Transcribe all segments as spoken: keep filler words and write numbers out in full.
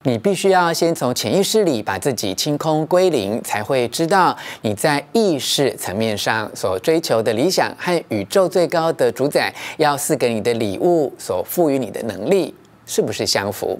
你必须要先从潜意识里把自己清空归零，才会知道你在意识层面上所追求的理想和宇宙最高的主宰要赐给你的礼物所赋予你的能力是不是相符。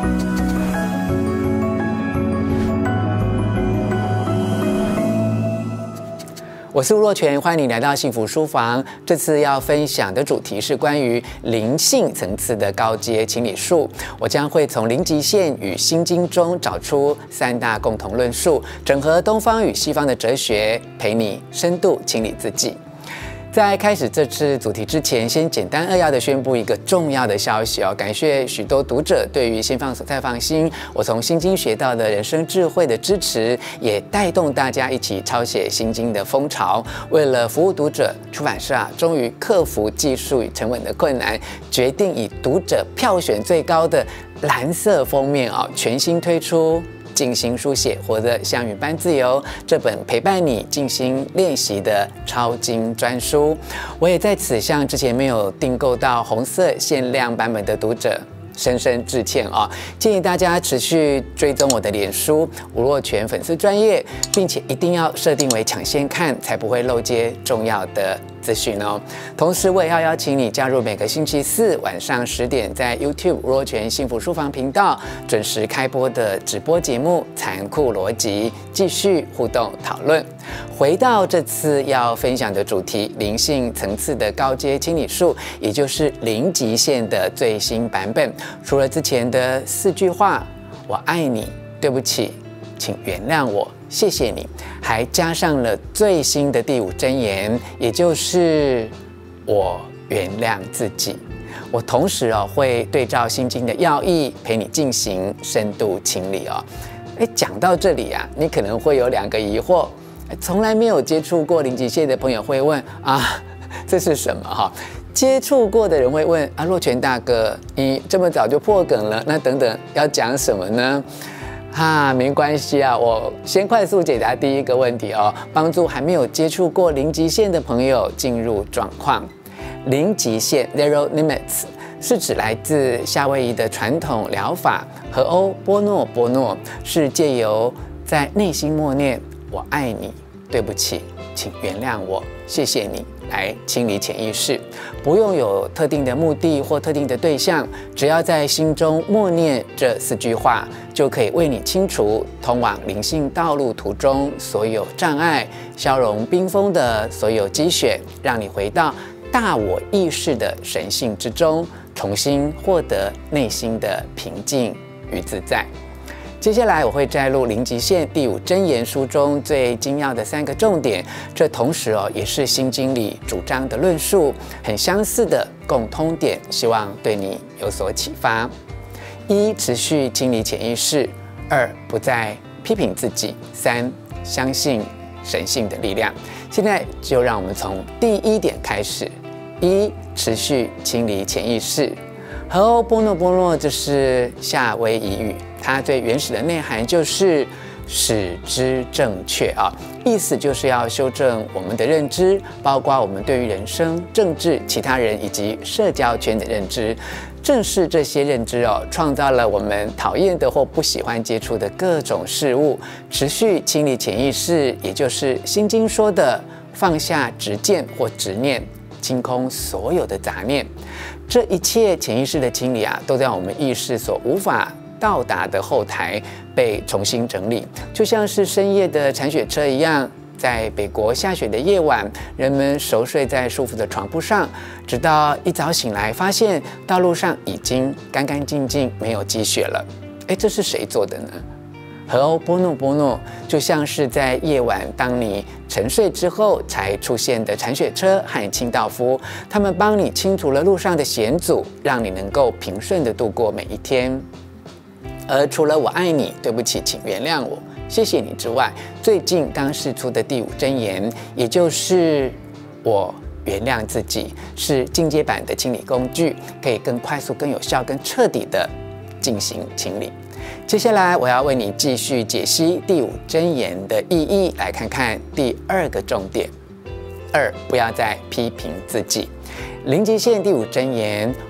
我是吴若权，欢迎你来到幸福书房。这次要分享的主题是关于灵性层次的高阶清理术。我将会从零极限与心经中找出三大共同论述，整合东方与西方的哲学，陪你深度清理自己。在开始这次主题之前，先简单扼要的宣布一个重要的消息哦！感谢许多读者对于先放手再放心，我从心经学到的人生智慧的支持，也带动大家一起抄写心经的风潮。为了服务读者，出版社啊，终于克服技术与成本的困难，决定以读者票选最高的蓝色封面哦，全新推出。静心书写，活得像云般自由。这本陪伴你静心练习的超精专书，我也在此向之前没有订购到红色限量版本的读者深深致歉哦！建议大家持续追踪我的脸书吴若权粉丝专页，并且一定要设定为抢先看，才不会漏接重要的资讯哦。同时，我也要邀请你加入每个星期四晚上十点在 YouTube 吴若权幸福书房频道准时开播的直播节目《残酷逻辑》，继续互动讨论。回到这次要分享的主题，灵性层次的高阶清理术，也就是零极限的最新版本。除了之前的四句话“我爱你”、“对不起”、“请原谅我”、“谢谢你”，还加上了最新的第五真言，也就是“我原谅自己”。我同时哦会对照心经的要义，陪你进行深度清理哦。哎，讲到这里啊，你可能会有两个疑惑。从来没有接触过零极限的朋友会问啊，这是什么哈？接触过的人会问啊，若权大哥，你这么早就破梗了，那等等要讲什么呢？啊，没关系啊，我先快速解答第一个问题哦，帮助还没有接触过零极限的朋友进入状况。零极限 （Zero Limits） 是指来自夏威夷的传统疗法和欧波诺波诺，是借由在内心默念我爱你，对不起，请原谅我，谢谢你，来清理潜意识。不用有特定的目的或特定的对象，只要在心中默念这四句话，就可以为你清除通往灵性道路途中所有障碍，消融冰封的所有积雪，让你回到大我意识的神性之中，重新获得内心的平静与自在。接下来我会摘录零极限第五真言书中最精要的三个重点，这同时哦也是心经里主张的论述，很相似的共通点，希望对你有所启发。一、持续清理潜意识；二、不再批评自己；三、相信神性的力量。现在就让我们从第一点开始。一、持续清理潜意识。和欧波诺波诺这是夏威夷语，它最原始的内涵就是使之正确啊，意思就是要修正我们的认知，包括我们对于人生、政治、其他人以及社交圈的认知。正是这些认知哦，创造了我们讨厌的或不喜欢接触的各种事物。持续清理潜意识，也就是心经说的放下执见或执念，清空所有的杂念。这一切潜意识的清理啊，都在我们意识所无法到达的后台被重新整理，就像是深夜的铲雪车一样。在北国下雪的夜晚，人们熟睡在舒服的床铺上，直到一早醒来，发现道路上已经干干净净，没有积雪了。哎，这是谁做的呢？和欧波诺波诺就像是在夜晚，当你沉睡之后才出现的铲雪车和清道夫，他们帮你清除了路上的险阻，让你能够平顺地度过每一天。而除了我爱你，对不起，请原谅我，谢谢你之外，最近刚释出的第五真言，也就是我原谅自己，是进阶版的清理工具，可以更快速、更有效、更彻底地进行清理。接下来我要为你继续解析第五真言的意义，来看看第二个重点。二，不要再批评自己。零极限第五真言，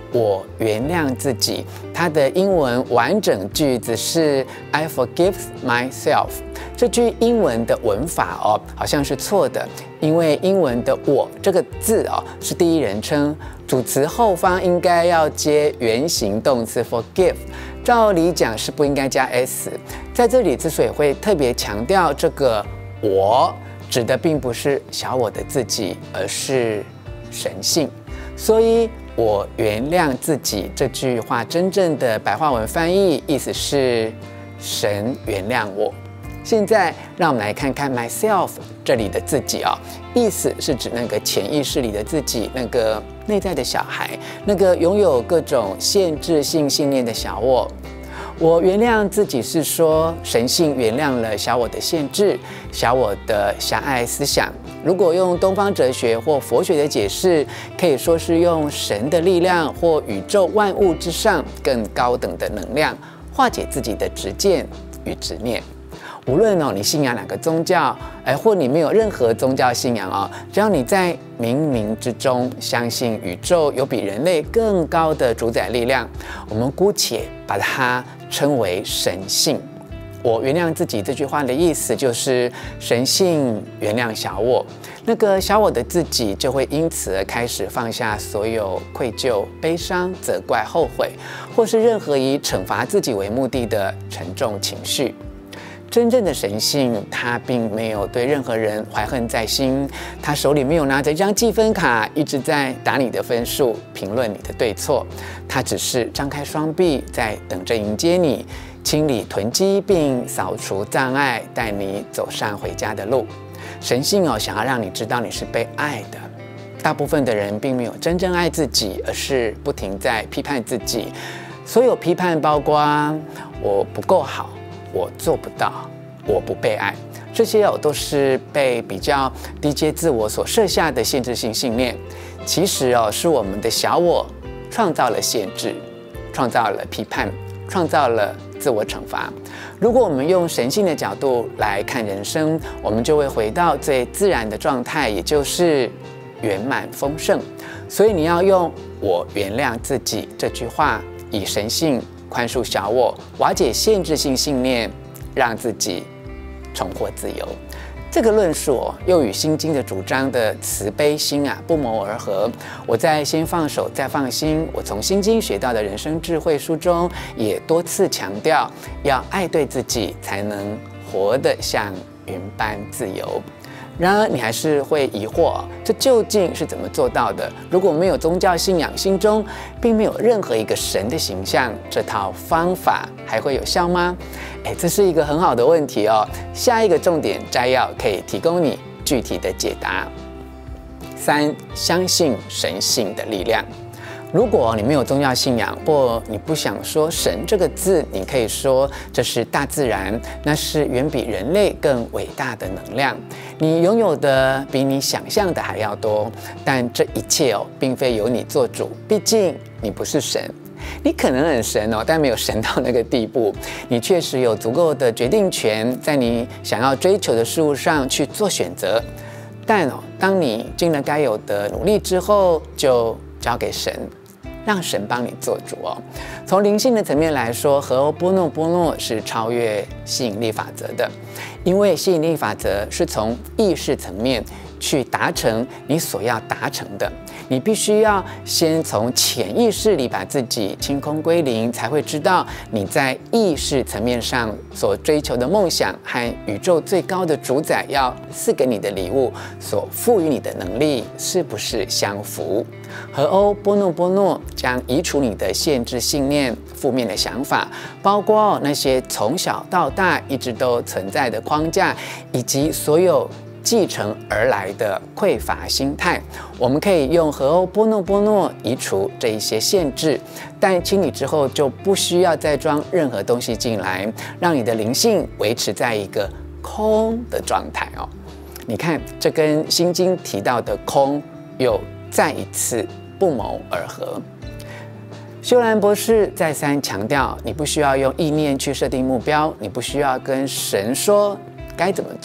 我原谅自己，它的英文完整句子是 I forgive myself。这句英文的文法哦，好像是错的，因为英文的我这个字哦是第一人称，主词后方应该要接原形动词 forgive， 照理讲是不应该加 s。在这里之所以会特别强调这个我，指的并不是小我的自己，而是神性。所以我原谅自己这句话真正的白话文翻译意思是神原谅我。现在让我们来看看 myself 这里的自己啊、哦，意思是指那个潜意识里的自己，那个内在的小孩，那个拥有各种限制性信念的小我。我原谅自己是说神性原谅了小我的限制，小我的狭隘思想。如果用东方哲学或佛学的解释，可以说是用神的力量或宇宙万物之上更高等的能量化解自己的执见与执念。无论哦你信仰哪个宗教，哎，或你没有任何宗教信仰哦，只要你在冥冥之中相信宇宙有比人类更高的主宰力量，我们姑且把它称为神性。我原谅自己这句话的意思就是神性原谅小我，那个小我的自己就会因此而开始放下所有愧疚、悲伤、责怪、后悔，或是任何以惩罚自己为目的的沉重情绪。真正的神性，他并没有对任何人怀恨在心，他手里没有拿着一张积分卡，一直在打你的分数，评论你的对错。他只是张开双臂，在等着迎接你，清理囤积并扫除障碍，带你走上回家的路。神性哦，想要让你知道你是被爱的。大部分的人并没有真正爱自己，而是不停在批判自己。所有批判包括我不够好，我做不到，我不被爱，这些哦都是被比较低阶自我所设下的限制性信念。其实哦，是我们的小我创造了限制，创造了批判，创造了自我惩罚。如果我们用神性的角度来看人生，我们就会回到最自然的状态，也就是圆满丰盛。所以你要用我原谅自己这句话，以神性宽恕小我，瓦解限制性信念，让自己重获自由。这个论述哦，又与《心经》的主张的慈悲心啊不谋而合。我在《先放手再放心》，我从《心经》学到的人生智慧书中，也多次强调，要爱对自己，才能活得像云般自由。然而，你还是会疑惑，这究竟是怎么做到的？如果没有宗教信仰，心中并没有任何一个神的形象，这套方法还会有效吗？哎，这是一个很好的问题哦。下一个重点摘要可以提供你具体的解答。三，相信神性的力量。如果你没有宗教信仰，或你不想说神这个字，你可以说这是大自然，那是远比人类更伟大的能量。你拥有的比你想象的还要多，但这一切哦，并非由你做主，毕竟你不是神。你可能很神哦，但没有神到那个地步。你确实有足够的决定权，在你想要追求的事物上去做选择。但哦，当你尽了该有的努力之后，就交给神，让神帮你做主哦。从灵性的层面来说，和欧波诺波诺是超越吸引力法则的，因为吸引力法则是从意识层面去达成你所要达成的。你必须要先从潜意识里把自己清空归零，才会知道你在意识层面上所追求的梦想和宇宙最高的主宰要赐给你的礼物所赋予你的能力是不是相符。和欧波诺波诺将移除你的限制信念、负面的想法，包括那些从小到大一直都存在的框架，以及所有继承而来的匮乏心态。我们可以用和欧波诺波诺移除这一些限制，但清理之后就不需要再装任何东西进来，让你的灵性维持在一个空的状态哦。你看，这跟《心经》提到的空又再一次不谋而合。修兰博士再三强调，你不需要用意念去设定目标，你不需要跟神说该怎么做，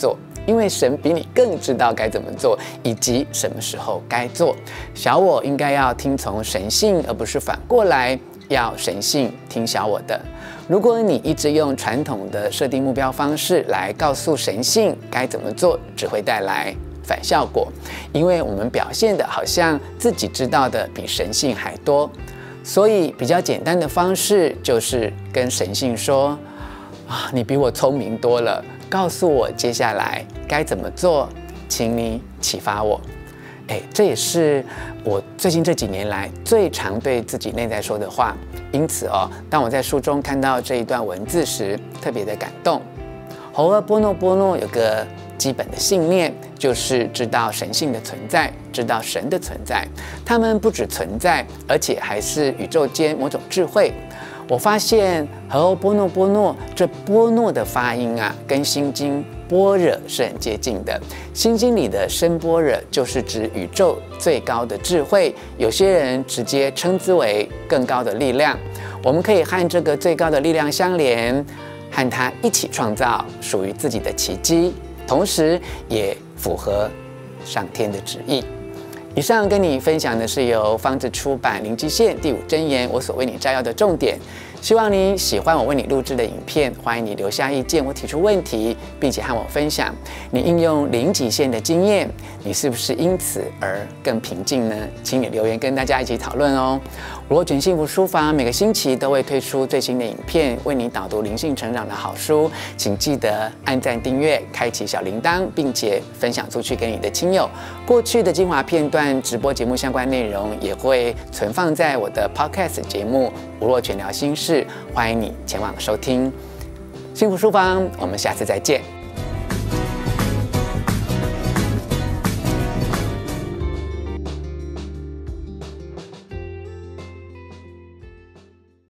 因为神比你更知道该怎么做，以及什么时候该做。小我应该要听从神性，而不是反过来要神性听小我的。如果你一直用传统的设定目标方式来告诉神性该怎么做，只会带来反效果，因为我们表现的好像自己知道的比神性还多。所以比较简单的方式就是跟神性说啊，你比我聪明多了，告诉我接下来该怎么做，请你启发我。哎，这也是我最近这几年来最常对自己内在说的话。因此哦，当我在书中看到这一段文字时，特别的感动。侯尔波诺波诺有个基本的信念，就是知道神性的存在，知道神的存在。他们不只存在，而且还是宇宙间某种智慧。我发现和欧波诺波诺这波诺的发音啊，跟心经般若是很接近的。心经里的深般若就是指宇宙最高的智慧，有些人直接称之为更高的力量。我们可以和这个最高的力量相连，和它一起创造属于自己的奇迹，同时也符合上天的旨意。以上跟你分享的是由方志出版《零极限第五真言》我所为你摘要的重点。希望你喜欢我为你录制的影片，欢迎你留下意见或提出问题，并且和我分享你应用零极限的经验，你是不是因此而更平静呢？请你留言跟大家一起讨论哦。罗卷幸福书房每个星期都会推出最新的影片，为你导读灵性成长的好书，请记得按赞、订阅、开启小铃铛，并且分享出去给你的亲友。过去的精华片段、直播节目相关内容也会存放在我的 Podcast 节目《吴若权聊心事》，欢迎你前往收听。幸福书房，我们下次再见。